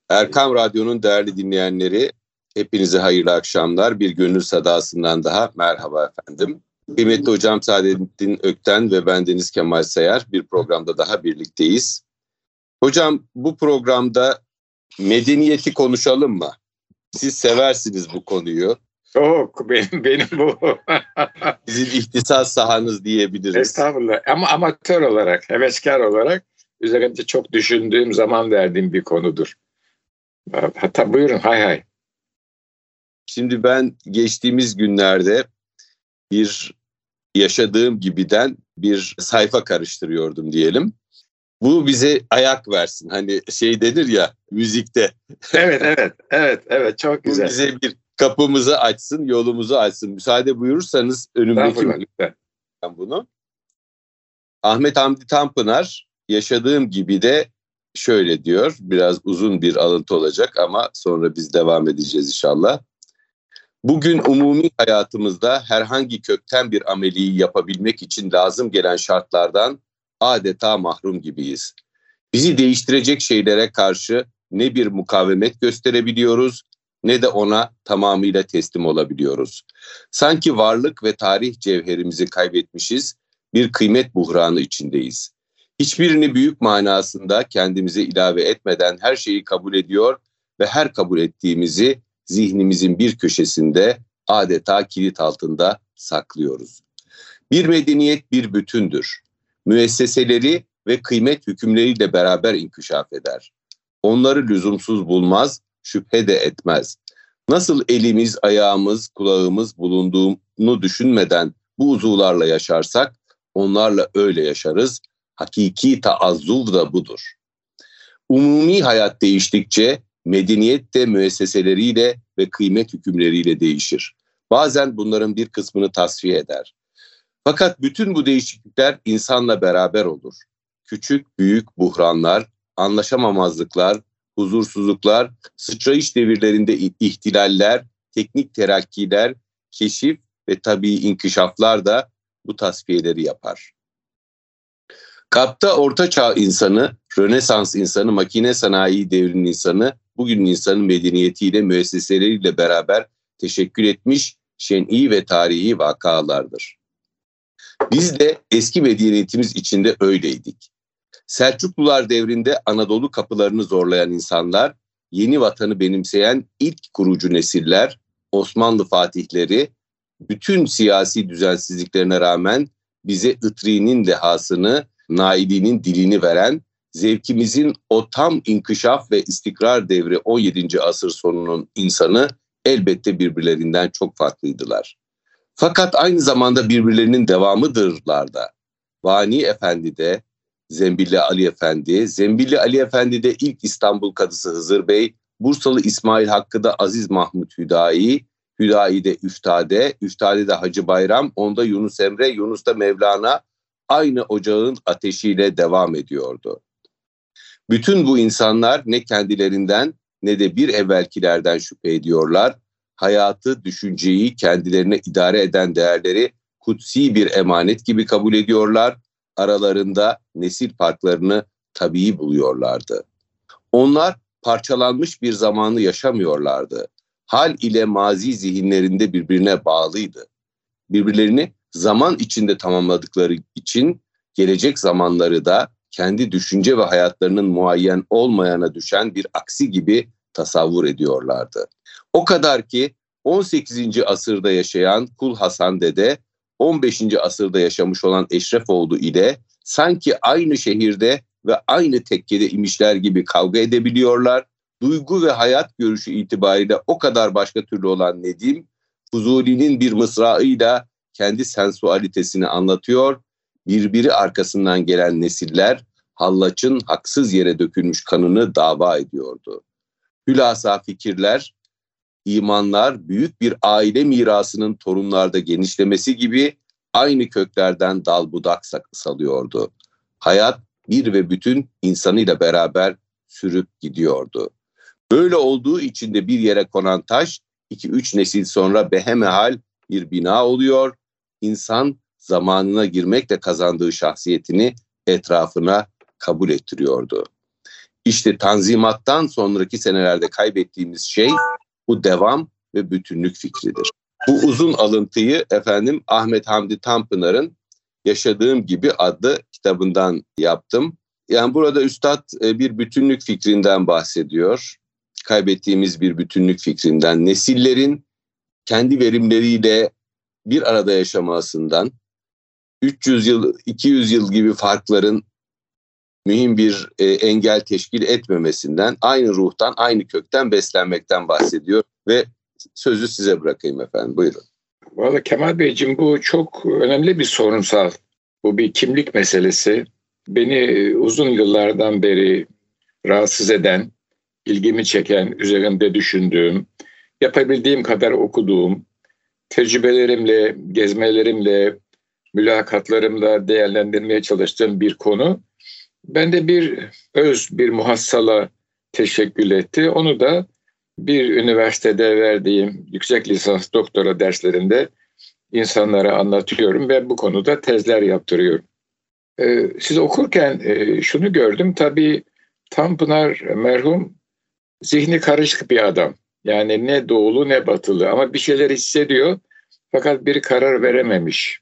Erkam Radyo'nun değerli dinleyenleri, hepinize hayırlı akşamlar. Bir gönül sadasından daha merhaba efendim. Kıymetli hocam Saadettin Ökten ve bendeniz Kemal Sayar bir programda daha birlikteyiz. Hocam, bu programda medeniyeti konuşalım mı? Siz seversiniz bu konuyu. Çok, benim bu. Sizin ihtisas sahanız diyebiliriz. Estağfurullah, ama amatör olarak, heveskar olarak üzerinde çok düşündüğüm, zaman verdiğim bir konudur. Hatta buyurun, hay. Şimdi ben geçtiğimiz günlerde yaşadığım gibiden bir sayfa karıştırıyordum diyelim. Bu bize ayak versin. Hani şey denir ya müzikte. Evet, çok güzel. Bu bize bir kapımızı açsın, yolumuzu açsın. Müsaade buyurursanız önümdeki bunu. Ahmet Hamdi Tanpınar yaşadığım gibi de şöyle diyor. Biraz uzun bir alıntı olacak ama sonra biz devam edeceğiz inşallah. Bugün umumi hayatımızda herhangi kökten bir ameliyi yapabilmek için lazım gelen şartlardan adeta mahrum gibiyiz. Bizi değiştirecek şeylere karşı ne bir mukavemet gösterebiliyoruz ne de ona tamamıyla teslim olabiliyoruz. Sanki varlık ve tarih cevherimizi kaybetmişiz, bir kıymet buhranı içindeyiz. Hiçbirini büyük manasında kendimize ilave etmeden her şeyi kabul ediyor ve her kabul ettiğimizi zihnimizin bir köşesinde adeta kilit altında saklıyoruz. Bir medeniyet bir bütündür. Müesseseleri ve kıymet hükümleriyle beraber inkişaf eder. Onları lüzumsuz bulmaz, şüphe de etmez. Nasıl elimiz, ayağımız, kulağımız bulunduğunu düşünmeden bu uzuvlarla yaşarsak, onlarla öyle yaşarız. Hakiki taazzuf da budur. Umumi hayat değiştikçe medeniyet de müesseseleriyle ve kıymet hükümleriyle değişir. Bazen bunların bir kısmını tasfiye eder. Fakat bütün bu değişiklikler insanla beraber olur. Küçük, büyük buhranlar, anlaşamamazlıklar, huzursuzluklar, sıçrayış devirlerinde ihtilaller, teknik terakkiler, keşif ve tabii inkişaflar da bu tasfiyeleri yapar. Kapta Orta Çağ insanı, Rönesans insanı, makine sanayi devrinin insanı, bugünün insanı medeniyetiyle, müesseseleriyle beraber teşekkül etmiş şen'i ve tarihi vakalardır. Biz de eski medeniyetimiz içinde öyleydik. Selçuklular devrinde Anadolu kapılarını zorlayan insanlar, yeni vatanı benimseyen ilk kurucu nesiller, Osmanlı fatihleri, bütün siyasi düzensizliklerine rağmen bize ıtri'nin dehasını, nailinin dilini veren, zevkimizin o tam inkişaf ve istikrar devri 17. asır sonunun insanı elbette birbirlerinden çok farklıydılar. Fakat aynı zamanda birbirlerinin devamıdırlar da. Vani Efendi'de Zembilli Ali Efendi, Zembilli Ali Efendi'de ilk İstanbul Kadısı Hızır Bey, Bursalı İsmail Hakkı'da Aziz Mahmut Hüdayi, Hüdayi'de Üftade, Üftade'de Hacı Bayram, onda Yunus Emre, Yunus'ta Mevlana aynı ocağın ateşiyle devam ediyordu. Bütün bu insanlar ne kendilerinden ne de bir evvelkilerden şüphe ediyorlar. Hayatı, düşünceyi, kendilerine idare eden değerleri kutsi bir emanet gibi kabul ediyorlar. Aralarında nesil farklarını tabii buluyorlardı. Onlar parçalanmış bir zamanı yaşamıyorlardı. Hal ile mazi zihinlerinde birbirine bağlıydı. Birbirlerini zaman içinde tamamladıkları için gelecek zamanları da kendi düşünce ve hayatlarının muayyen olmayana düşen bir aksi gibi tasavvur ediyorlardı. O kadar ki 18. asırda yaşayan Kul Hasan Dede, 15. asırda yaşamış olan Eşrefoğlu ile sanki aynı şehirde ve aynı tekkede imişler gibi kavga edebiliyorlar. Duygu ve hayat görüşü itibariyle o kadar başka türlü olan Nedim, Fuzuli'nin bir mısraıyla kendi sensualitesini anlatıyor. Birbiri arkasından gelen nesiller Hallaç'ın haksız yere dökülmüş kanını dava ediyordu. Hülasa fikirler, imanlar büyük bir aile mirasının torunlarda genişlemesi gibi aynı köklerden dal budak salıyordu. Hayat bir ve bütün insanıyla beraber sürüp gidiyordu. Böyle olduğu için de bir yere konan taş 2-3 nesil sonra behemehal bir bina oluyor. İnsan zamanına girmekle kazandığı şahsiyetini etrafına kabul ettiriyordu. İşte Tanzimat'tan sonraki senelerde kaybettiğimiz şey bu devam ve bütünlük fikridir. Bu uzun alıntıyı Ahmet Hamdi Tanpınar'ın Yaşadığım Gibi adlı kitabından yaptım. Yani burada Üstad bir bütünlük fikrinden bahsediyor. Kaybettiğimiz bir bütünlük fikrinden, nesillerin kendi verimleriyle bir arada yaşamasından, 300 yıl, 200 yıl gibi farkların mühim bir engel teşkil etmemesinden, aynı ruhtan, aynı kökten beslenmekten bahsediyor ve sözü size bırakayım efendim. Buyurun. Vallahi Kemal Beyciğim, bu çok önemli bir sorunsal. Bu bir kimlik meselesi. Beni uzun yıllardan beri rahatsız eden, ilgimi çeken, üzerinde düşündüğüm, yapabildiğim kadar okuduğum, tecrübelerimle, gezmelerimle, mülakatlarımla değerlendirmeye çalıştığım bir konu. Ben de bir muhassala teşekkül etti. Onu da bir üniversitede verdiğim yüksek lisans doktora derslerinde insanlara anlatıyorum ve bu konuda tezler yaptırıyorum. Siz okurken şunu gördüm. Tabii Tanpınar merhum zihni karışık bir adam. Yani ne doğulu ne batılı ama bir şeyler hissediyor fakat bir karar verememiş.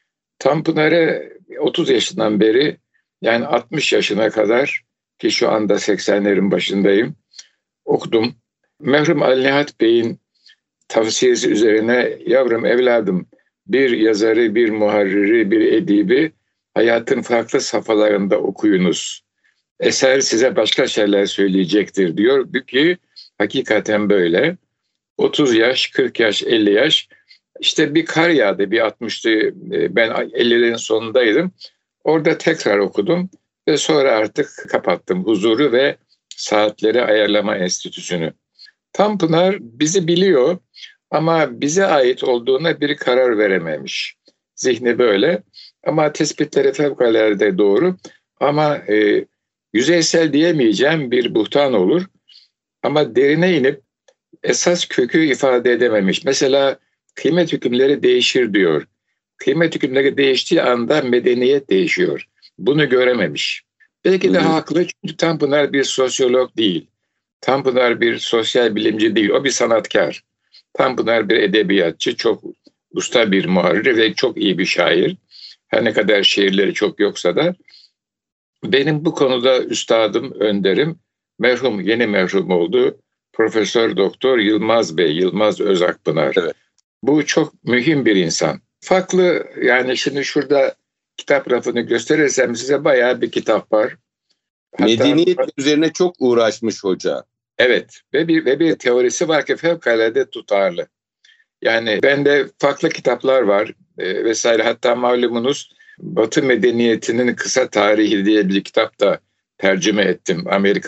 Tanpınar'ı 30 yaşından beri, yani 60 yaşına kadar, ki şu anda 80'lerin başındayım, okudum. Merhum Ali Nihat Bey'in tavsiyesi üzerine yavrum evladım, bir yazarı, bir muharriri, bir edibi hayatın farklı safhalarında okuyunuz. Eser size başka şeyler söyleyecektir diyor. Ki hakikaten böyle. 30 yaş, 40 yaş, 50 yaş. İşte bir kar yağdı, bir 60'tı. Ben 50'lerin sonundaydım. Orada tekrar okudum ve sonra artık kapattım Huzuru ve Saatleri Ayarlama Enstitüsü'nü. Tanpınar bizi biliyor ama bize ait olduğuna bir karar verememiş. Zihni böyle ama tespitleri fevkalade doğru ama yüzeysel diyemeyeceğim bir buhtan olur. Ama derine inip esas kökü ifade edememiş. Mesela kıymet hükümleri değişir diyor. Kıymet hükümleri değiştiği anda medeniyet değişiyor. Bunu görememiş. Belki de haklı, çünkü Tanpınar bir sosyolog değil. Tanpınar bir sosyal bilimci değil. O bir sanatkar. Tanpınar bir edebiyatçı, çok usta bir muharrir ve çok iyi bir şair. Her ne kadar şiirleri çok yoksa da. Benim bu konuda üstadım, önderim, yeni merhum oldu, Profesör Doktor Yılmaz Bey, Yılmaz Özakpınar. Evet. Bu çok mühim bir insan. Farklı, yani şimdi şurada kitap rafını gösterirsem size bayağı bir kitap var. Medeniyet üzerine çok uğraşmış hoca. Evet, ve bir teorisi var ki fevkalade tutarlı. Yani bende farklı kitaplar var vesaire. Hatta malumunuz Batı Medeniyeti'nin Kısa Tarihi diye bir kitap da tercüme ettim.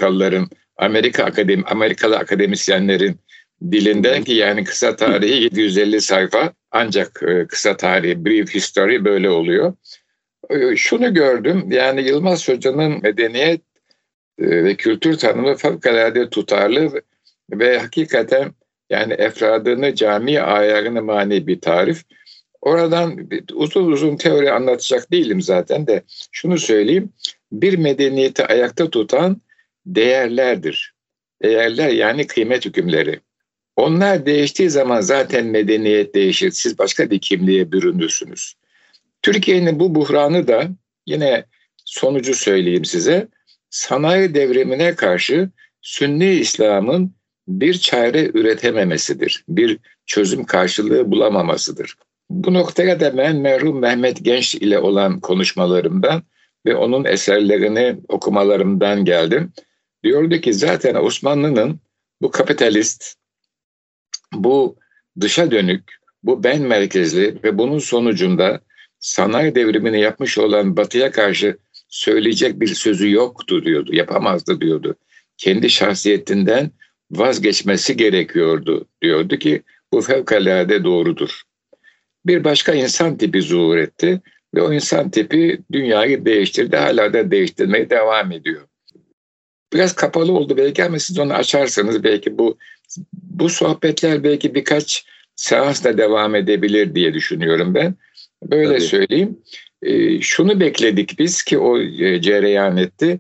Amerikalı akademisyenlerin dilinden, ki yani kısa tarihi 750 sayfa, ancak kısa tarihi, brief history böyle oluyor. Şunu gördüm, yani Yılmaz Hoca'nın medeniyet ve kültür tanımı fevkalade tutarlı ve hakikaten yani efradını, cami ayarını mani bir tarif. Oradan uzun uzun teori anlatacak değilim zaten de şunu söyleyeyim. Bir medeniyeti ayakta tutan değerlerdir. Değerler yani kıymet hükümleri. Onlar değiştiği zaman zaten medeniyet değişir. Siz başka bir kimliğe bürünürsünüz. Türkiye'nin bu buhranı da, yine sonucu söyleyeyim size, sanayi devrimine karşı Sünni İslam'ın bir çare üretememesidir. Bir çözüm karşılığı bulamamasıdır. Bu noktaya da ben merhum Mehmet Genç ile olan konuşmalarımdan ve onun eserlerini okumalarımdan geldim. Diyordu ki zaten Osmanlı'nın bu kapitalist, bu dışa dönük, bu ben merkezli ve bunun sonucunda sanayi devrimini yapmış olan Batı'ya karşı söyleyecek bir sözü yoktu diyordu, yapamazdı diyordu. Kendi şahsiyetinden vazgeçmesi gerekiyordu diyordu ki bu fevkalade doğrudur. Bir başka insan tipi zuhur etti ve o insan tipi dünyayı değiştirdi, hala da değiştirmeye devam ediyor. Biraz kapalı oldu belki ama siz onu açarsanız belki bu sohbetler belki birkaç seansla devam edebilir diye düşünüyorum ben. Böyle Tabii. Söyleyeyim. Şunu bekledik biz ki o cereyan etti.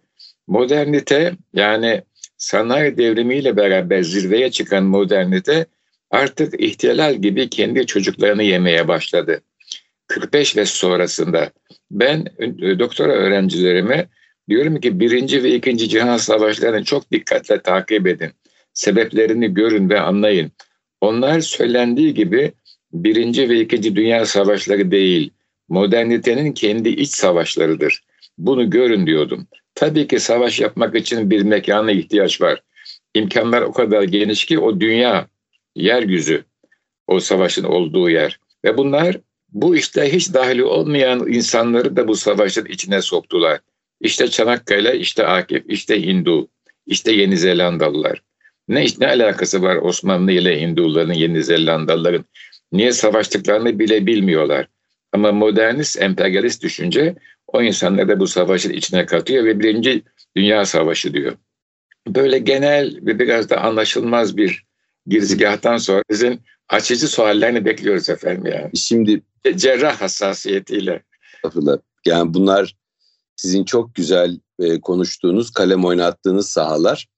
Modernite, yani sanayi devrimiyle beraber zirveye çıkan modernite artık ihtilal gibi kendi çocuklarını yemeye başladı. 45 ve sonrasında ben doktora öğrencilerime diyorum ki 1. ve 2. Cihan Savaşları'nı çok dikkatle takip edin. Sebeplerini görün ve anlayın. Onlar söylendiği gibi 1. ve 2. Dünya Savaşları değil, modernitenin kendi iç savaşlarıdır. Bunu görün diyordum. Tabii ki savaş yapmak için bir mekana ihtiyaç var. İmkanlar o kadar geniş ki o dünya, yeryüzü, o savaşın olduğu yer. Ve bunlar bu işte hiç dahil olmayan insanları da bu savaşın içine soktular. İşte Çanakkale, işte Akif, işte Hindu, işte Yeni Zelandalılar. Ne alakası var Osmanlı ile Hinduların, Yeni Zelandalıların? Niye savaştıklarını bile bilmiyorlar. Ama modernist, emperyalist düşünce o insanları da bu savaşın içine katıyor ve 1. Dünya Savaşı diyor. Böyle genel ve biraz da anlaşılmaz bir girizgahtan sonra sizin açıcı suallerini bekliyoruz efendim yani. Şimdi cerrah hassasiyetiyle. Yani bunlar sizin çok güzel konuştuğunuz, kalem oynattığınız sahalar.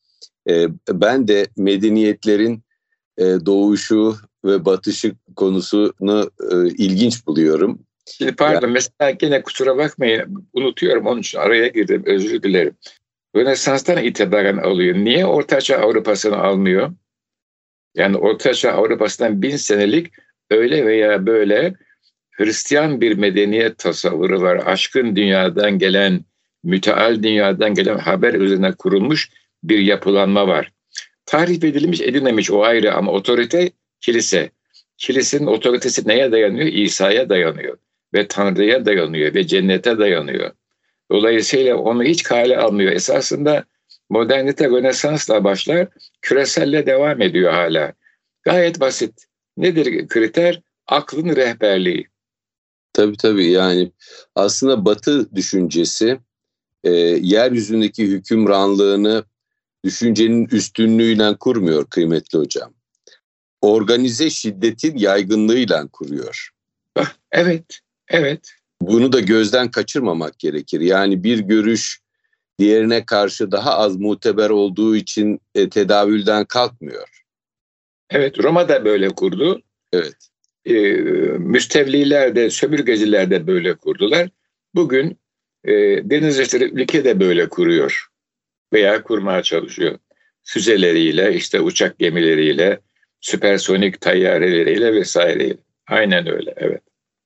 Ben de medeniyetlerin doğuşu ve batışı konusunu ilginç buluyorum. Şimdi pardon, yani, mesela gene kusura bakmayın, unutuyorum, onun için araya girdim, özür dilerim. Rönesans'tan itibaren alıyor. Niye Ortaçağ Avrupa'sını almıyor? Yani Ortaçağ Avrupa'sından 1000 senelik öyle veya böyle Hristiyan bir medeniyet tasavvuru var. Aşkın dünyadan gelen, müteal dünyadan gelen haber üzerine kurulmuş bir yapılanma var. Tarif edilmiş, edilmemiş o ayrı ama otorite kilise. Kilisenin otoritesi neye dayanıyor? İsa'ya dayanıyor ve Tanrı'ya dayanıyor ve cennete dayanıyor. Dolayısıyla onu hiç kale almıyor. Esasında modernite Rönesans'la başlar, küreselle devam ediyor hala. Gayet basit. Nedir kriter? Aklın rehberliği. Tabii yani aslında Batı düşüncesi yeryüzündeki hükümranlığını düşüncenin üstünlüğüyle kurmuyor kıymetli hocam. Organize şiddetin yaygınlığıyla kuruyor. Evet. Bunu da gözden kaçırmamak gerekir. Yani bir görüş diğerine karşı daha az muteber olduğu için tedavülden kalkmıyor. Evet, Roma da böyle kurdu. Evet. Müstevliler de, sömürgeciler de böyle kurdular. Bugün denizciler ülke de böyle kuruyor veya kurmaya çalışıyor. Füzeleriyle, işte uçak gemileriyle, süpersonik tayyareleriyle vesaireyle. Aynen öyle, evet.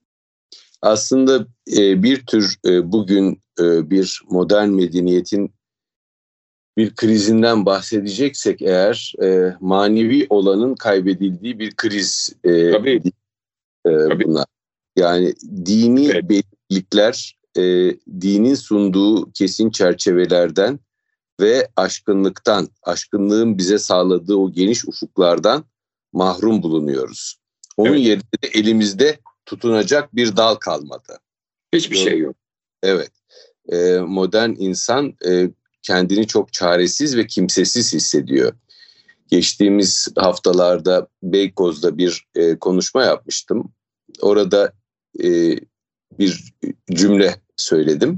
Aslında bir tür bugün bir modern medeniyetin bir krizinden bahsedeceksek eğer manevi olanın kaybedildiği bir kriz. Tabii. Bunlar. Yani dini evet. belirlilikler dinin sunduğu kesin çerçevelerden ve aşkınlığın bize sağladığı o geniş ufuklardan mahrum bulunuyoruz. Onun yerine de elimizde tutunacak bir dal kalmadı. Hiçbir şey yok. Evet. Modern insan kendini çok çaresiz ve kimsesiz hissediyor. Geçtiğimiz haftalarda Beykoz'da bir konuşma yapmıştım. Orada bir cümle söyledim.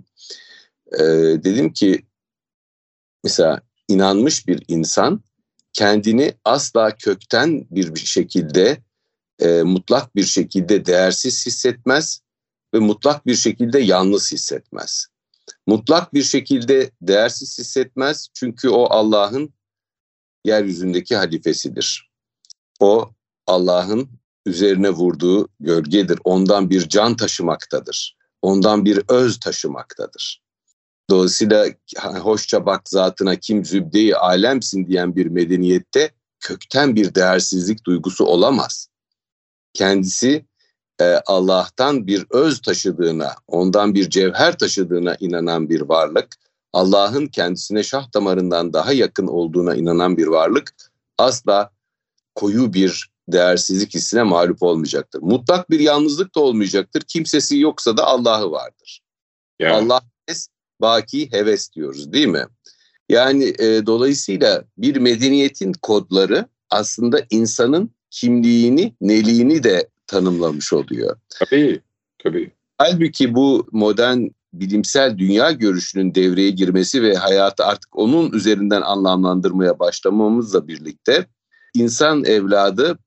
Dedim ki mesela inanmış bir insan kendini asla kökten bir şekilde mutlak bir şekilde değersiz hissetmez ve mutlak bir şekilde yalnız hissetmez. Mutlak bir şekilde değersiz hissetmez çünkü o Allah'ın yeryüzündeki halifesidir. O Allah'ın üzerine vurduğu gölgedir. Ondan bir can taşımaktadır. Ondan bir öz taşımaktadır. Dolayısıyla hoşça bak zatına kim zübde-i alemsin diyen bir medeniyette kökten bir değersizlik duygusu olamaz. Kendisi Allah'tan bir öz taşıdığına, ondan bir cevher taşıdığına inanan bir varlık, Allah'ın kendisine şah damarından daha yakın olduğuna inanan bir varlık asla koyu bir değersizlik hissine mağlup olmayacaktır. Mutlak bir yalnızlık da olmayacaktır. Kimsesi yoksa da Allah'ı vardır. Ya. Allah heves, baki heves diyoruz değil mi? Yani dolayısıyla bir medeniyetin kodları aslında insanın kimliğini, neliğini de tanımlamış oluyor. Tabii. Halbuki bu modern bilimsel dünya görüşünün devreye girmesi ve hayatı artık onun üzerinden anlamlandırmaya başlamamızla birlikte insan evladı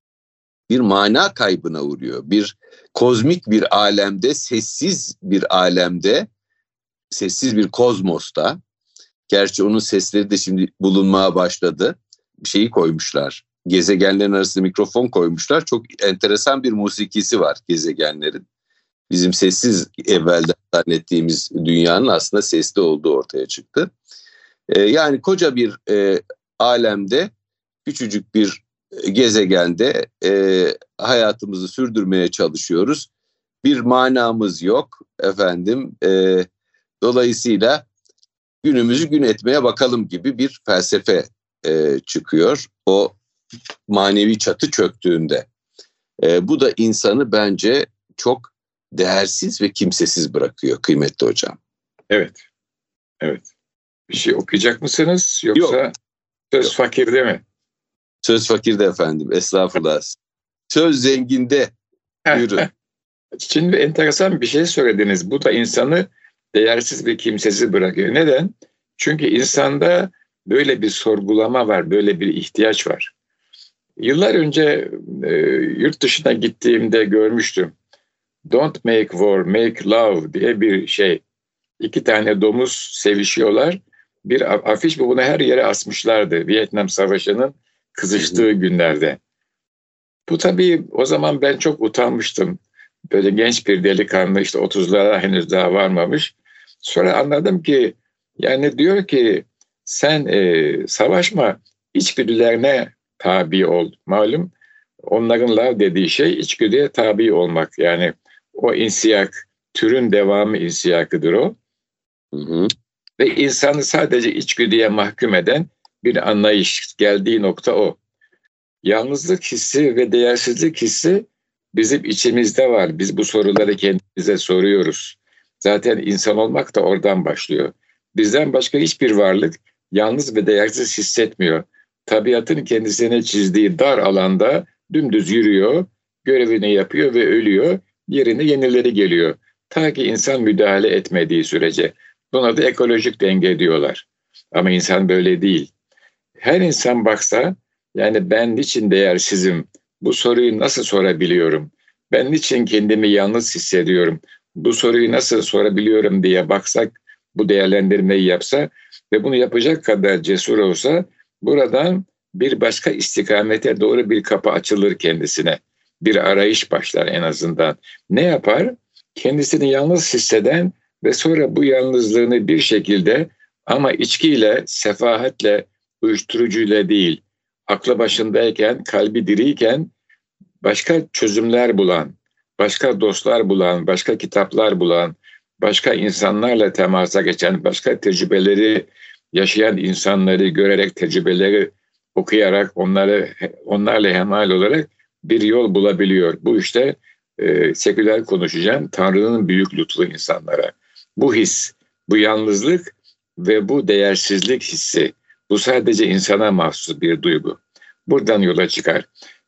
bir mana kaybına uğruyor. Bir kozmik bir alemde, sessiz bir alemde, sessiz bir kozmosta. Gerçi onun sesleri de şimdi bulunmaya başladı. Bir şeyi koymuşlar. Gezegenlerin arasında mikrofon koymuşlar. Çok enteresan bir musikisi var gezegenlerin. Bizim sessiz evvelden zannettiğimiz dünyanın aslında sesli olduğu ortaya çıktı. Yani koca bir alemde, küçücük bir gezegende hayatımızı sürdürmeye çalışıyoruz. Bir manamız yok efendim. Dolayısıyla günümüzü gün etmeye bakalım gibi bir felsefe çıkıyor. O manevi çatı çöktüğünde. Bu da insanı bence çok değersiz ve kimsesiz bırakıyor kıymetli hocam. Evet. Evet. Bir şey okuyacak mısınız? Yoksa Yok. Söz fakirde mi? Söz fakirde efendim. Estağfurullah. Söz zenginde. Buyurun. Şimdi enteresan bir şey söylediniz. Bu da insanı değersiz ve kimsesiz bırakıyor. Neden? Çünkü insanda böyle bir sorgulama var, böyle bir ihtiyaç var. Yıllar önce yurt dışına gittiğimde görmüştüm. Don't make war, make love diye bir şey. 2 tane domuz sevişiyorlar. Bir afiş bunu her yere asmışlardı. Vietnam Savaşı'nın kızıştığı günlerde. Bu tabii o zaman ben çok utanmıştım. Böyle genç bir delikanlı, işte 30'lara henüz daha varmamış. Sonra anladım ki yani diyor ki sen savaşma, içgüdülerine tabi ol. Malum onların love dediği şey içgüdüye tabi olmak. Yani o insiyak, türün devamı insiyakıdır o. Hı hı. Ve insanı sadece içgüdüye mahkum eden bir anlayış, geldiği nokta o. Yalnızlık hissi ve değersizlik hissi bizim içimizde var. Biz bu soruları kendimize soruyoruz. Zaten insan olmak da oradan başlıyor. Bizden başka hiçbir varlık yalnız ve değersiz hissetmiyor. Tabiatın kendisine çizdiği dar alanda dümdüz yürüyor, görevini yapıyor ve ölüyor. Yerine yenileri geliyor. Ta ki insan müdahale etmediği sürece. Buna da ekolojik denge diyorlar. Ama insan böyle değil. Her insan baksa, yani ben niçin değersizim? Bu soruyu nasıl sorabiliyorum? Ben niçin kendimi yalnız hissediyorum? Bu soruyu nasıl sorabiliyorum diye baksak, bu değerlendirmeyi yapsa ve bunu yapacak kadar cesur olsa, buradan bir başka istikamete doğru bir kapı açılır kendisine. Bir arayış başlar en azından. Ne yapar? Kendisini yalnız hisseden ve sonra bu yalnızlığını bir şekilde ama içkiyle, sefahatle, uyuşturucuyla değil, aklı başındayken, kalbi diriyken başka çözümler bulan, başka dostlar bulan, başka kitaplar bulan, başka insanlarla temasa geçen, başka tecrübeleri yaşayan insanları görerek, tecrübeleri okuyarak, onlarla hemhal olarak bir yol bulabiliyor. Bu işte seküler konuşacağım, Tanrı'nın büyük lütfu insanlara. Bu his, bu yalnızlık ve bu değersizlik hissi, bu sadece insana mahsus bir duygu. Buradan yola çıkar.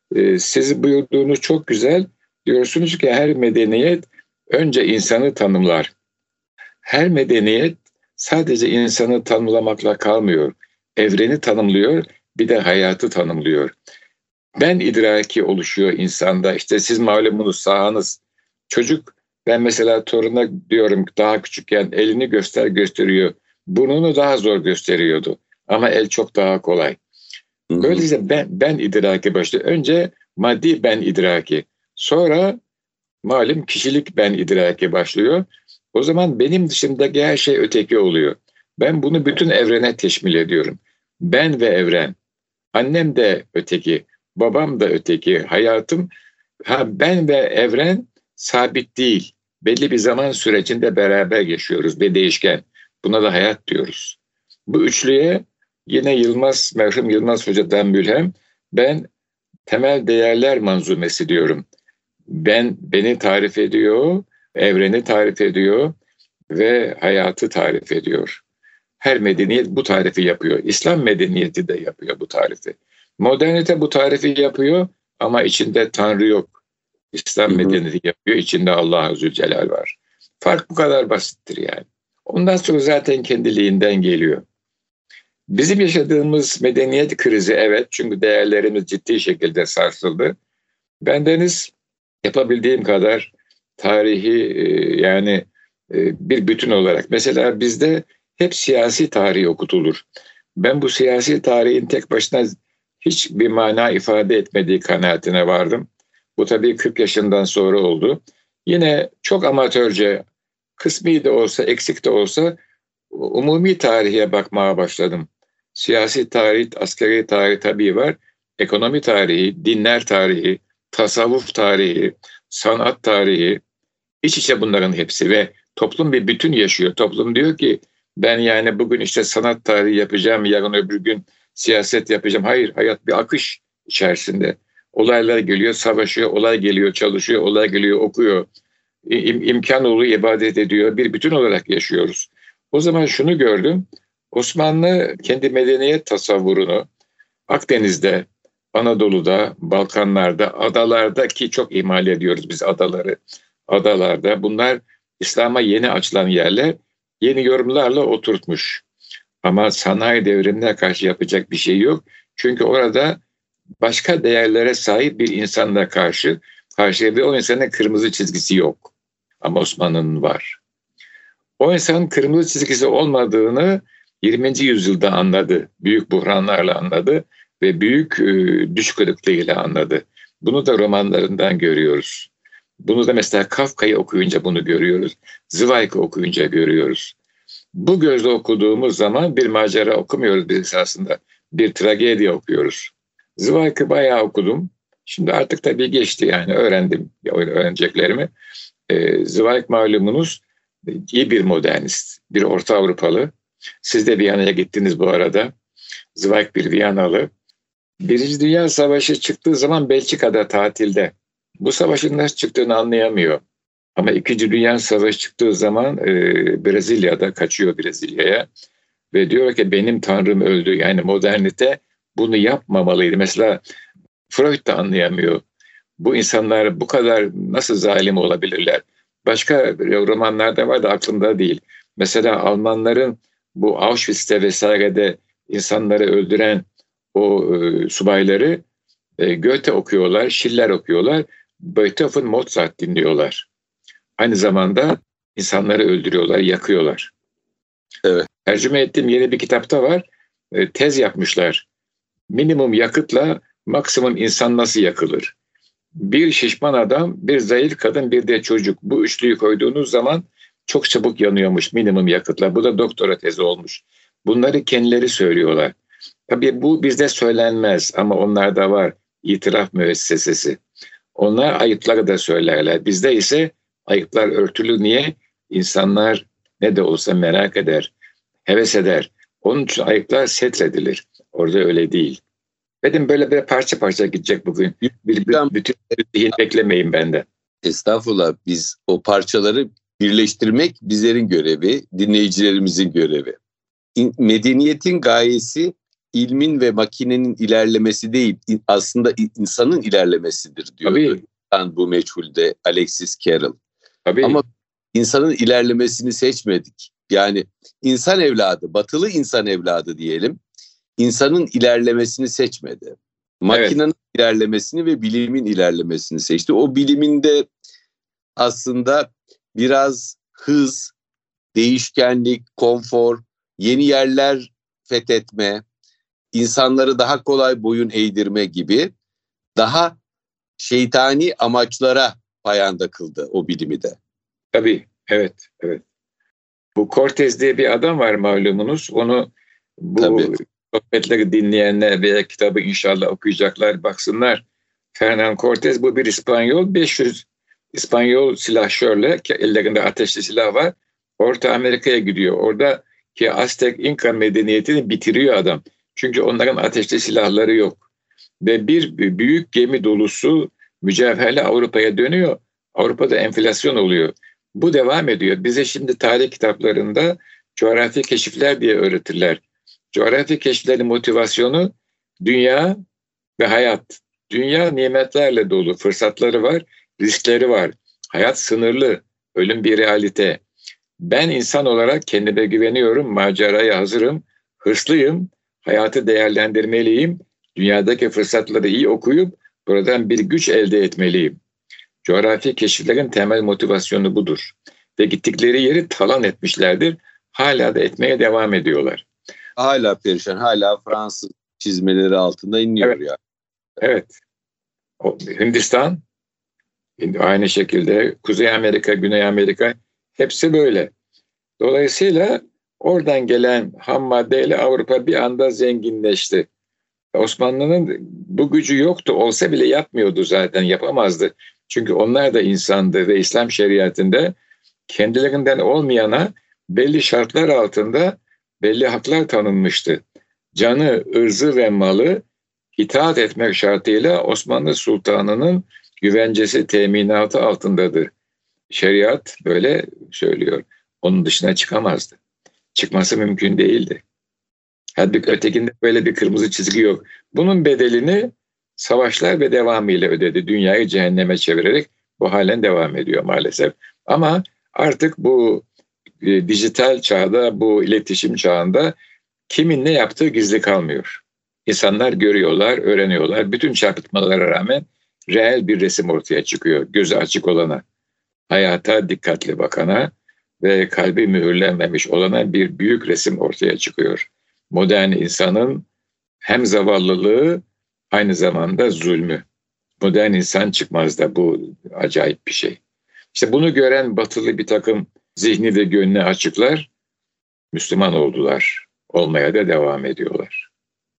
Siz buyurduğunuz çok güzel. Diyorsunuz ki her medeniyet önce insanı tanımlar. Her medeniyet sadece insanı tanımlamakla kalmıyor. Evreni tanımlıyor, bir de hayatı tanımlıyor. Ben idraki oluşuyor insanda. İşte siz malumunuz, sahanız. Çocuk, ben mesela toruna diyorum daha küçükken elini gösteriyor. Burnunu daha zor gösteriyordu. Ama el çok daha kolay. Böylece ben idraki başlıyor. Önce maddi ben idraki. Sonra malum kişilik ben idraki başlıyor. O zaman benim dışımdaki her şey öteki oluyor. Ben bunu bütün evrene teşmil ediyorum. Ben ve evren. Annem de öteki, babam da öteki, hayatım. Ben ve evren sabit değil. Belli bir zaman sürecinde beraber yaşıyoruz ve değişken. Buna da hayat diyoruz. Bu üçlüye yine merhum Yılmaz Hoca'dan mülhem, ben temel değerler manzumesi diyorum. Beni tarif ediyor, evreni tarif ediyor ve hayatı tarif ediyor. Her medeniyet bu tarifi yapıyor. İslam medeniyeti de yapıyor bu tarifi. Modernite bu tarifi yapıyor ama içinde Tanrı yok. İslam medeniyeti yapıyor, içinde Allah Zülcelal var. Fark bu kadar basittir yani. Ondan sonra zaten kendiliğinden geliyor. Bizim yaşadığımız medeniyet krizi, evet, çünkü değerlerimiz ciddi şekilde sarsıldı. Bendeniz yapabildiğim kadar tarihi bir bütün olarak. Mesela bizde hep siyasi tarih okutulur. Ben bu siyasi tarihin tek başına hiçbir mana ifade etmediği kanaatine vardım. Bu tabii 40 yaşından sonra oldu. Yine çok amatörce, kısmi de olsa, eksik de olsa umumi tarihe bakmaya başladım. Siyasi tarih, askeri tarih tabii var. Ekonomi tarihi, dinler tarihi, tasavvuf tarihi, sanat tarihi, iç içe bunların hepsi ve toplum bir bütün yaşıyor. Toplum diyor ki ben yani bugün işte sanat tarihi yapacağım, yarın öbür gün siyaset yapacağım. Hayır, hayat bir akış içerisinde. Olaylar geliyor, savaşıyor, olay geliyor, çalışıyor, olay geliyor, okuyor. İmkan oluyor, ibadet ediyor. Bir bütün olarak yaşıyoruz. O zaman şunu gördüm. Osmanlı kendi medeniyet tasavvurunu Akdeniz'de, Anadolu'da, Balkanlar'da, adalarda ki çok ihmal ediyoruz biz adaları. Adalarda bunlar İslam'a yeni açılan yerler, yeni yorumlarla oturtmuş. Ama sanayi devrimine karşı yapacak bir şey yok. Çünkü orada başka değerlere sahip bir insanla karşı ve o insanın kırmızı çizgisi yok. Ama Osmanlı'nın var. O insanın kırmızı çizgisi olmadığını 20. yüzyılda anladı. Büyük buhranlarla anladı ve büyük düş kırıklığıyla anladı. Bunu da romanlarından görüyoruz. Bunu da mesela Kafka'yı okuyunca bunu görüyoruz. Zweig'i okuyunca görüyoruz. Bu gözle okuduğumuz zaman bir macera okumuyoruz biz esasında. Bir tragedi okuyoruz. Zweig'i bayağı okudum. Şimdi artık tabii geçti yani öğrendim öğreneceklerimi. Zweig malumunuz iyi bir modernist, bir Orta Avrupalı. Siz de Viyana'ya gittiniz bu arada. Zweig bir Viyanalı. Birinci Dünya Savaşı çıktığı zaman Belçika'da tatilde. Bu savaşın nasıl çıktığını anlayamıyor. Ama İkinci Dünya Savaşı çıktığı zaman Brezilya'da kaçıyor Brezilya'ya. Ve diyor ki benim tanrım öldü. Yani modernite bunu yapmamalıydı. Mesela Freud da anlayamıyor. Bu insanlar bu kadar nasıl zalim olabilirler? Başka romanlarda var da aklımda değil. Mesela Almanların bu Auschwitz'te vesairede insanları öldüren o subayları Goethe okuyorlar, Schiller okuyorlar, Beethoven, Mozart dinliyorlar. Aynı zamanda insanları öldürüyorlar, yakıyorlar. Evet. Tercüme ettiğim yeni bir kitapta var. Tez yapmışlar. Minimum yakıtla maksimum insan nasıl yakılır? Bir şişman adam, bir zayıf kadın, bir de çocuk. Bu üçlüyü koyduğunuz zaman çok çabuk yanıyormuş minimum yakıtla. Bu da doktora tezi olmuş. Bunları kendileri söylüyorlar. Tabii bu bizde söylenmez ama onlarda var. İtiraf müessesesi. Onlar ayıpları da söylerler. Bizde ise ayıplar örtülü. Niye? İnsanlar ne de olsa merak eder, heves eder. Onun için ayıplar setredilir. Orada öyle değil. Benim böyle parça parça gidecek bugün. Bütün zihin beklemeyin benden. Estağfurullah, biz o parçaları birleştirmek bizlerin görevi, dinleyicilerimizin görevi. Medeniyetin gayesi ilmin ve makinenin ilerlemesi değil, aslında insanın ilerlemesidir diyordu. Bu meçhulde Alexis Carrel. Tabii. Ama insanın ilerlemesini seçmedik. Yani insan evladı, batılı insan evladı diyelim, insanın ilerlemesini seçmedi. Makinenin ilerlemesini ve bilimin ilerlemesini seçti. O biliminde aslında biraz hız, değişkenlik, konfor, yeni yerler fethetme, insanları daha kolay boyun eğdirme gibi daha şeytani amaçlara payanda kıldı o bilimi de. Tabii, evet. Bu Cortez diye bir adam var malumunuz. Onu bu sohbetleri dinleyenler veya kitabı inşallah okuyacaklar, baksınlar. Fernán Cortés bu bir İspanyol, 500 İspanyol silahşörle, ellerinde ateşli silah var. Orta Amerika'ya gidiyor. Oradaki Aztek İnka medeniyetini bitiriyor adam. Çünkü onların ateşli silahları yok. Ve bir büyük gemi dolusu mücevherle Avrupa'ya dönüyor. Avrupa'da enflasyon oluyor. Bu devam ediyor. Bize şimdi tarih kitaplarında coğrafi keşifler diye öğretirler. Coğrafi keşiflerin motivasyonu dünya ve hayat. Dünya nimetlerle dolu, fırsatları var, riskleri var. Hayat sınırlı, Ölüm bir realite. Ben insan olarak kendime güveniyorum, maceraya hazırım, hırslıyım, hayatı değerlendirmeliyim, dünyadaki fırsatları iyi okuyup buradan bir güç elde etmeliyim. Coğrafi keşiflerin temel motivasyonu budur. Ve gittikleri yeri talan etmişlerdir, hala da etmeye devam ediyorlar. Hala perişan, hala Fransız çizmeleri altında iniyor evet. ya. Evet. Hindistan aynı şekilde, Kuzey Amerika, Güney Amerika hepsi böyle. Dolayısıyla oradan gelen ham maddeyle Avrupa bir anda zenginleşti. Osmanlı'nın bu gücü yoktu, olsa bile yapmıyordu zaten, yapamazdı. Çünkü onlar da insandı ve İslam şeriatında kendilerinden olmayana belli şartlar altında belli haklar tanınmıştı. Canı, ırzı ve malı itaat etmek şartıyla Osmanlı Sultanı'nın güvencesi, teminatı altındadır. Şeriat böyle söylüyor. Onun dışına çıkamazdı. Çıkması mümkün değildi. Halbuki ötekinde böyle bir kırmızı çizgi yok. Bunun bedelini savaşlar ve devamıyla ödedi. Dünyayı cehenneme çevirerek bu halen devam ediyor maalesef. Ama artık bu dijital çağda, bu iletişim çağında kimin ne yaptığı gizli kalmıyor. İnsanlar görüyorlar, öğreniyorlar. Bütün çarpıtmalara rağmen reel bir resim ortaya çıkıyor. Gözü açık olana, hayata dikkatli bakana ve kalbi mühürlenmemiş olana bir büyük resim ortaya çıkıyor. Modern insanın hem zavallılığı, aynı zamanda zulmü. Modern insan çıkmaz da, bu acayip bir şey. İşte bunu gören batılı bir takım zihni ve gönlü açıklar Müslüman oldular. Olmaya da devam ediyorlar.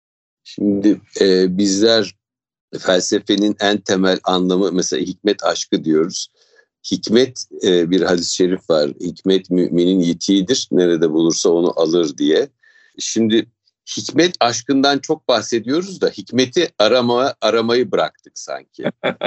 Şimdi bizler felsefenin en temel anlamı mesela hikmet aşkı diyoruz. Hikmet, bir hadis-i şerif var. Hikmet müminin yitiğidir. Nerede bulursa onu alır diye. Şimdi hikmet aşkından çok bahsediyoruz da hikmeti aramayı bıraktık sanki.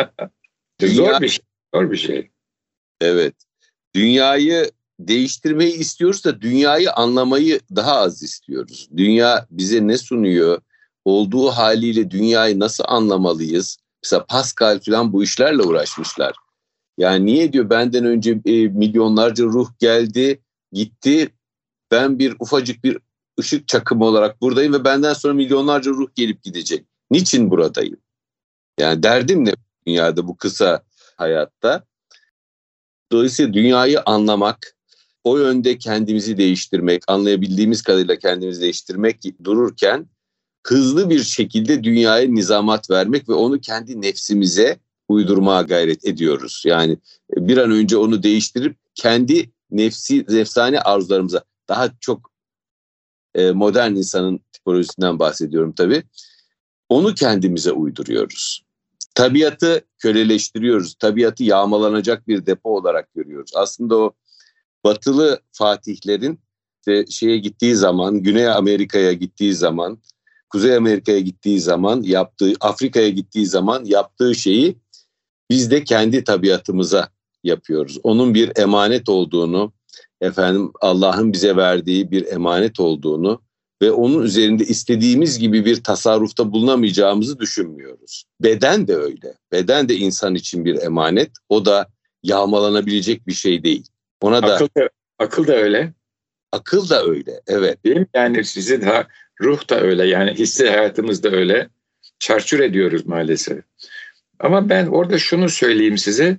Zor bir şey. Evet. Dünyayı değiştirmeyi istiyoruz da dünyayı anlamayı daha az istiyoruz. Dünya bize ne sunuyor? Olduğu haliyle dünyayı nasıl anlamalıyız? Mesela Pascal falan bu işlerle uğraşmışlar. Yani niye diyor, benden önce milyonlarca ruh geldi, gitti. Ben bir ufacık bir ışık çakımı olarak buradayım ve benden sonra milyonlarca ruh gelip gidecek. Niçin buradayım? Yani derdim ne dünyada, bu kısa hayatta? Dolayısıyla dünyayı anlamak, o yönde kendimizi değiştirmek, anlayabildiğimiz kadarıyla kendimizi değiştirmek dururken hızlı bir şekilde dünyaya nizamat vermek ve onu kendi nefsimize uydurmaya gayret ediyoruz. Yani bir an önce onu değiştirip kendi nefsani arzularımıza, daha çok modern insanın tipolojisinden bahsediyorum tabii, onu kendimize uyduruyoruz. Tabiatı köleleştiriyoruz. Tabiatı yağmalanacak bir depo olarak görüyoruz. Aslında o batılı fatihlerin şeye gittiği zaman, Güney Amerika'ya gittiği zaman, Kuzey Amerika'ya gittiği zaman yaptığı, Afrika'ya gittiği zaman yaptığı şeyi biz de kendi tabiatımıza yapıyoruz. Onun bir emanet olduğunu, Allah'ın bize verdiği bir emanet olduğunu ve onun üzerinde istediğimiz gibi bir tasarrufta bulunamayacağımızı düşünmüyoruz. Beden de öyle. Beden de insan için bir emanet. O da yağmalanabilecek bir şey değil. Akıl da öyle. Akıl da öyle, evet. Değil mi? Yani sizin ruh da öyle. Yani hissi hayatımız da öyle. Çarçur ediyoruz maalesef. Ama ben orada şunu söyleyeyim size.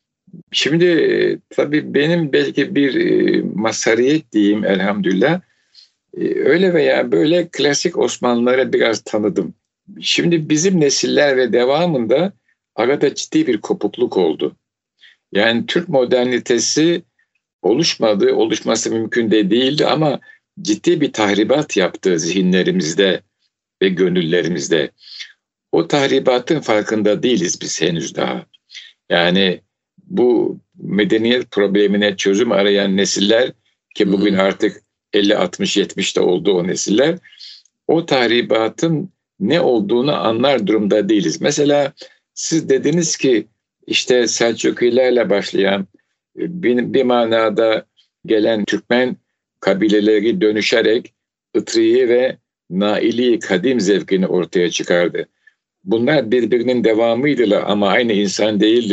Şimdi tabii benim belki bir mazhariyet diyeyim elhamdülillah. Öyle veya böyle klasik Osmanlıları biraz tanıdım. Şimdi bizim nesiller ve devamında arada ciddi bir kopukluk oldu. Yani Türk modernitesi oluşması mümkün de değildi ama ciddi bir tahribat yaptı zihinlerimizde ve gönüllerimizde. O tahribatın farkında değiliz biz henüz daha. Yani bu medeniyet problemine çözüm arayan nesiller, ki bugün artık 50, 60, 70'te oldu o nesiller, o tahribatın ne olduğunu anlar durumda değiliz. Mesela siz dediniz ki işte Selçukilerle başlayan bir manada gelen Türkmen kabileleri dönüşerek Itri'yi ve Naili kadim zevkini ortaya çıkardı. Bunlar birbirinin devamıydılar ama aynı insan değildiler.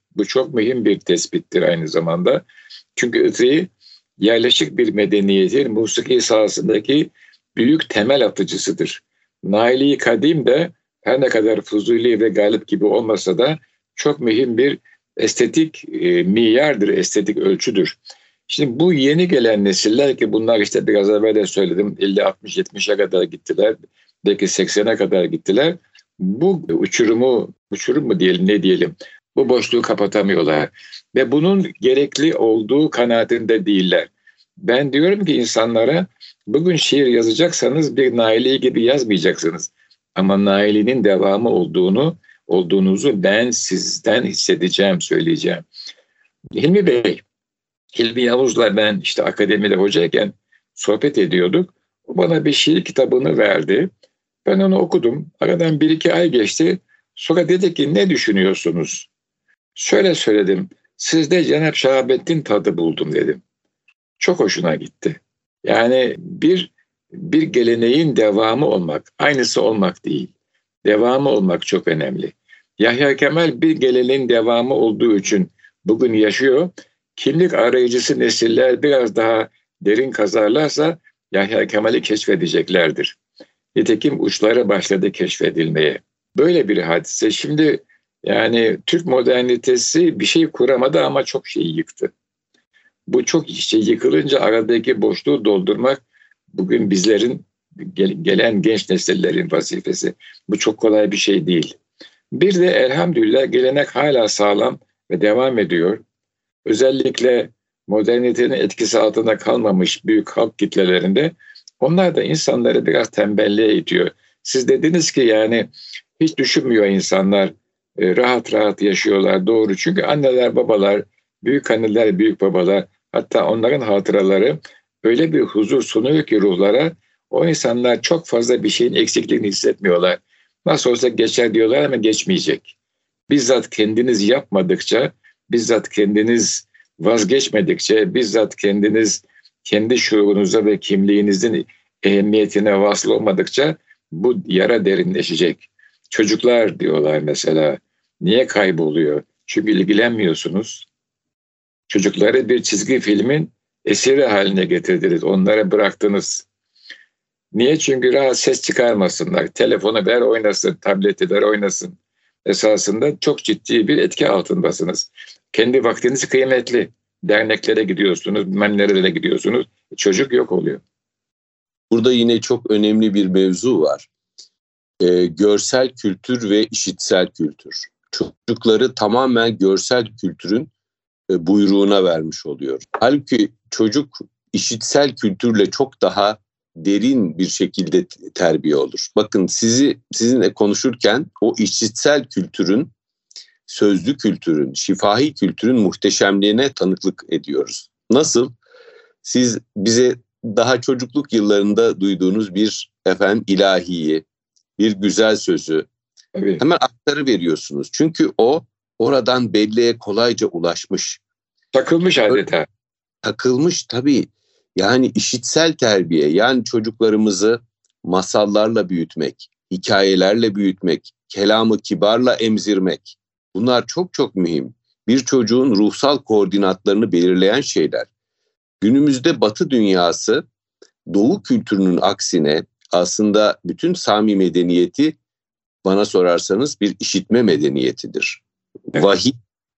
Bu çok mühim bir tespittir aynı zamanda. Çünkü Itri yerleşik bir medeniyetin musiki sahasındaki büyük temel atıcısıdır. Naili Kadim de her ne kadar Fuzuli ve Galip gibi olmasa da çok mühim bir estetik miyardır, estetik ölçüdür. Şimdi bu yeni gelen nesiller ki bunlar işte biraz evvel de söyledim 50, 60, 70'e kadar gittiler. Belki 80'e kadar gittiler. Bu uçurum mu diyelim ne diyelim, bu boşluğu kapatamıyorlar. Ve bunun gerekli olduğu kanaatinde değiller. Ben diyorum ki insanlara bugün şiir yazacaksanız bir Naili gibi yazmayacaksınız. Ama Naili'nin devamı olduğunuzu ben sizden hissedeceğim, söyleyeceğim. Hilmi Bey, Hilmi Yavuz'la ben işte akademide hocayken sohbet ediyorduk. O bana bir şiir kitabını verdi. Ben onu okudum. Aradan 1-2 ay geçti. Sonra dedi ki ne düşünüyorsunuz? Şöyle söyledim. Sizde Cenab-ı Şahabettin tadı buldum dedim. Çok hoşuna gitti. Yani bir geleneğin devamı olmak, aynısı olmak değil. Devamı olmak çok önemli. Yahya Kemal bir geleneğin devamı olduğu için bugün yaşıyor. Kimlik arayıcısı nesiller biraz daha derin kazarlarsa Yahya Kemal'i keşfedeceklerdir. Nitekim uçları başladı keşfedilmeye. Böyle bir hadise. Şimdi yani Türk modernitesi bir şey kuramadı ama çok şey yıktı. Bu çok şey yıkılınca aradaki boşluğu doldurmak bugün bizlerin gelen genç nesillerin vazifesi. Bu çok kolay bir şey değil. Bir de elhamdülillah gelenek hala sağlam ve devam ediyor. Özellikle modernitenin etkisi altında kalmamış büyük halk kitlelerinde onlar da insanları biraz tembelliğe itiyor. Siz dediniz ki yani hiç düşünmüyor insanlar, rahat rahat yaşıyorlar, doğru. Çünkü anneler, babalar, büyük anneler, büyük babalar, hatta onların hatıraları öyle bir huzur sunuyor ki ruhlara, o insanlar çok fazla bir şeyin eksikliğini hissetmiyorlar. Nasıl olsa geçer diyorlar ama geçmeyecek. Bizzat kendiniz yapmadıkça, bizzat kendiniz vazgeçmedikçe, bizzat kendiniz kendi şuurunuza ve kimliğinizin ehemmiyetine vasıl olmadıkça bu yara derinleşecek. Çocuklar diyorlar mesela, niye kayboluyor? Çünkü ilgilenmiyorsunuz. Çocukları bir çizgi filmin esiri haline getirdiniz, onlara bıraktınız. Niye? Çünkü rahat ses çıkarmasınlar. Telefonu ver oynasın, tableti ver oynasın. Esasında çok ciddi bir etki altındasınız. Kendi vaktiniz kıymetli. Derneklere gidiyorsunuz, bilmem nerelere gidiyorsunuz. Çocuk yok oluyor. Burada yine çok önemli bir mevzu var. Görsel kültür ve işitsel kültür. Çocukları tamamen görsel kültürün buyruğuna vermiş oluyor. Halbuki çocuk işitsel kültürle çok daha derin bir şekilde terbiye olur. Bakın sizinle konuşurken o işitsel kültürün, sözlü kültürün, şifahi kültürün muhteşemliğine tanıklık ediyoruz. Nasıl? Siz bize daha çocukluk yıllarında duyduğunuz bir ilahiyi, bir güzel sözü hemen aktarıveriyorsunuz. Çünkü o oradan belleğe kolayca ulaşmış. Takılmış adeta. Takılmış tabii. Yani işitsel terbiye, yani çocuklarımızı masallarla büyütmek, hikayelerle büyütmek, kelamı kibarla emzirmek. Bunlar çok çok mühim. Bir çocuğun ruhsal koordinatlarını belirleyen şeyler. Günümüzde Batı dünyası Doğu kültürünün aksine aslında bütün Sami medeniyeti bana sorarsanız bir işitme medeniyetidir. Evet. Vahiy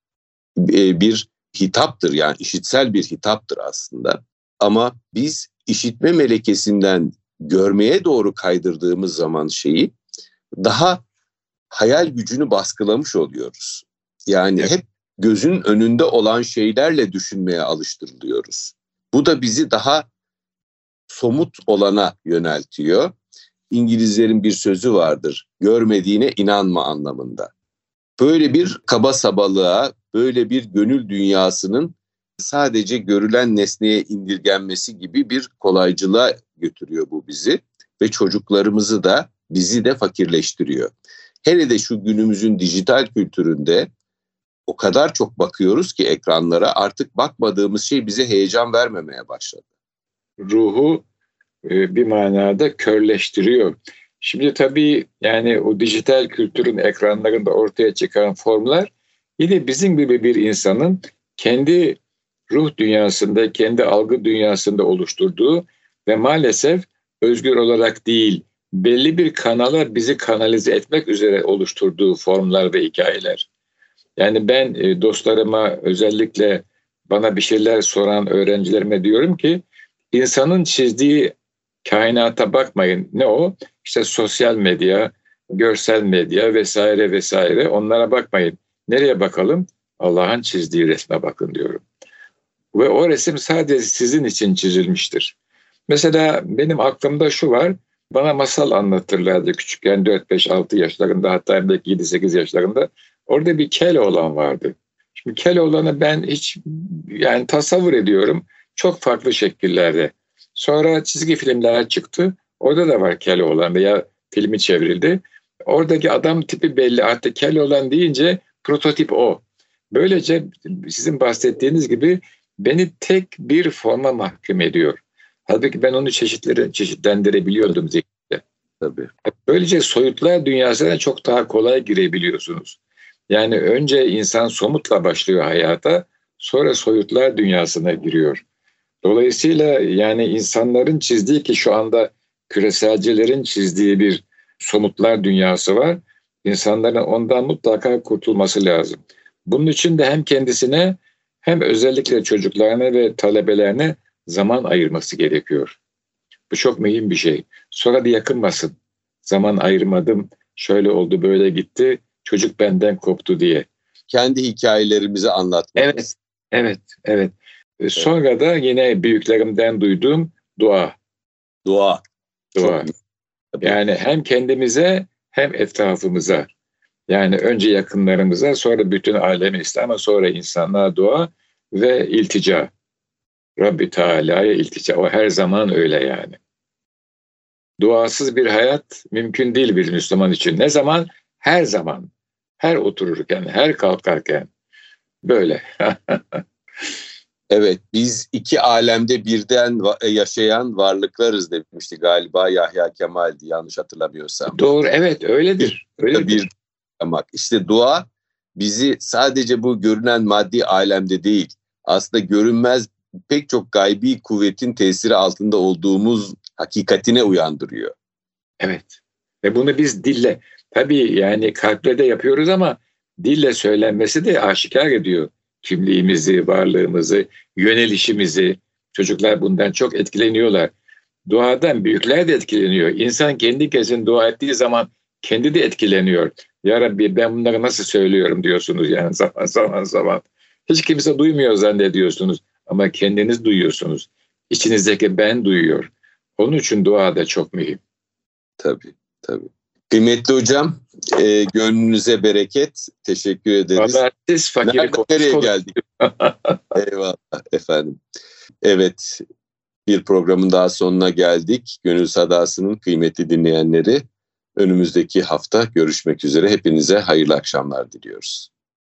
bir hitaptır, yani işitsel bir hitaptır aslında. Ama biz işitme melekesinden görmeye doğru kaydırdığımız zaman şeyi daha hayal gücünü baskılamış oluyoruz. Yani evet, hep gözün önünde olan şeylerle düşünmeye alıştırılıyoruz. Bu da bizi daha somut olana yöneltiyor. İngilizlerin bir sözü vardır, görmediğine inanma anlamında. Böyle bir kaba sabalığa, böyle bir gönül dünyasının sadece görülen nesneye indirgenmesi gibi bir kolaycılığa götürüyor bu bizi ve çocuklarımızı da bizi de fakirleştiriyor. Hele de şu günümüzün dijital kültüründe o kadar çok bakıyoruz ki ekranlara, artık bakmadığımız şey bize heyecan vermemeye başladı. Ruhu bir manada körleştiriyor. Şimdi tabii yani o dijital kültürün ekranlarında ortaya çıkan formlar Yine bizim gibi bir insanın kendi ruh dünyasında, kendi algı dünyasında oluşturduğu ve maalesef özgür olarak değil, belli bir kanala bizi kanalize etmek üzere oluşturduğu formlar ve hikayeler. Yani ben dostlarıma, özellikle bana bir şeyler soran öğrencilerime diyorum ki, insanın çizdiği kainata bakmayın. Ne o? İşte sosyal medya, görsel medya vesaire vesaire, onlara bakmayın. Nereye bakalım? Allah'ın çizdiği resme bakın diyorum. Ve o resim sadece sizin için çizilmiştir. Mesela benim aklımda şu var, bana masal anlatırlardı küçükken 4-5-6 yaşlarında, hatta belki 7-8 yaşlarında. Orada bir Keloğlan vardı. Şimdi Keloğlan'ı ben hiç yani tasavvur ediyorum çok farklı şekillerde. Sonra çizgi filmler çıktı. Orada da var Keloğlan veya filmi çevrildi. Oradaki adam tipi belli. Artık Keloğlan deyince prototip o. Böylece sizin bahsettiğiniz gibi beni tek bir forma mahkum ediyor. Halbuki ben onu çeşitlendirebiliyordum zihnimde. Tabii. Böylece soyutlar dünyasına çok daha kolay girebiliyorsunuz. Yani önce insan somutla başlıyor hayata, sonra soyutlar dünyasına giriyor. Dolayısıyla yani insanların çizdiği, ki şu anda küreselcilerin çizdiği bir somutlar dünyası var. İnsanların ondan mutlaka kurtulması lazım. Bunun için de hem kendisine hem özellikle çocuklarına ve talebelerine zaman ayırması gerekiyor. Bu çok mühim bir şey. Sonra da yakınmasın. Zaman ayırmadım, şöyle oldu, böyle gitti, çocuk benden koptu diye. Kendi hikayelerimizi anlatmamız. Evet. Sonra da yine büyüklerimden duyduğum dua. Dua. Yani hem kendimize hem etrafımıza. Yani önce yakınlarımıza, sonra bütün alemi İslam'a, sonra insanlığa dua ve iltica. Rabbi Teala'ya iltica. O her zaman öyle yani. Duasız bir hayat mümkün değil bir Müslüman için. Ne zaman? Her zaman. Her otururken, her kalkarken. Böyle. Evet, biz iki alemde birden yaşayan varlıklarız demişti galiba Yahya Kemal'di, yanlış hatırlamıyorsam. Doğru, evet, öyledir. Bir ama işte dua bizi sadece bu görünen maddi alemde değil, aslında görünmez pek çok gaybi kuvvetin tesiri altında olduğumuz hakikatine uyandırıyor. Evet. Ve bunu biz dille, tabii yani kalple de yapıyoruz ama dille söylenmesi de aşikar ediyor kimliğimizi, varlığımızı, yönelişimizi. Çocuklar bundan çok etkileniyorlar. Duadan büyükler de etkileniyor. İnsan kendi kendine dua ettiği zaman kendi de etkileniyor. Ya Rabbi, ben bunları nasıl söylüyorum diyorsunuz yani zaman. Hiç kimse duymuyor zannediyorsunuz ama kendiniz duyuyorsunuz. İçinizdeki ben duyuyor. Onun için dua da çok mühim. Tabii. Kıymetli hocam, gönlünüze bereket. Teşekkür ederiz. Vallahi siz fakiri nereye geldik? Eyvallah efendim. Evet, bir programın daha sonuna geldik. Gönül Sadası'nın kıymetli dinleyenleri, önümüzdeki hafta görüşmek üzere. Hepinize hayırlı akşamlar diliyoruz.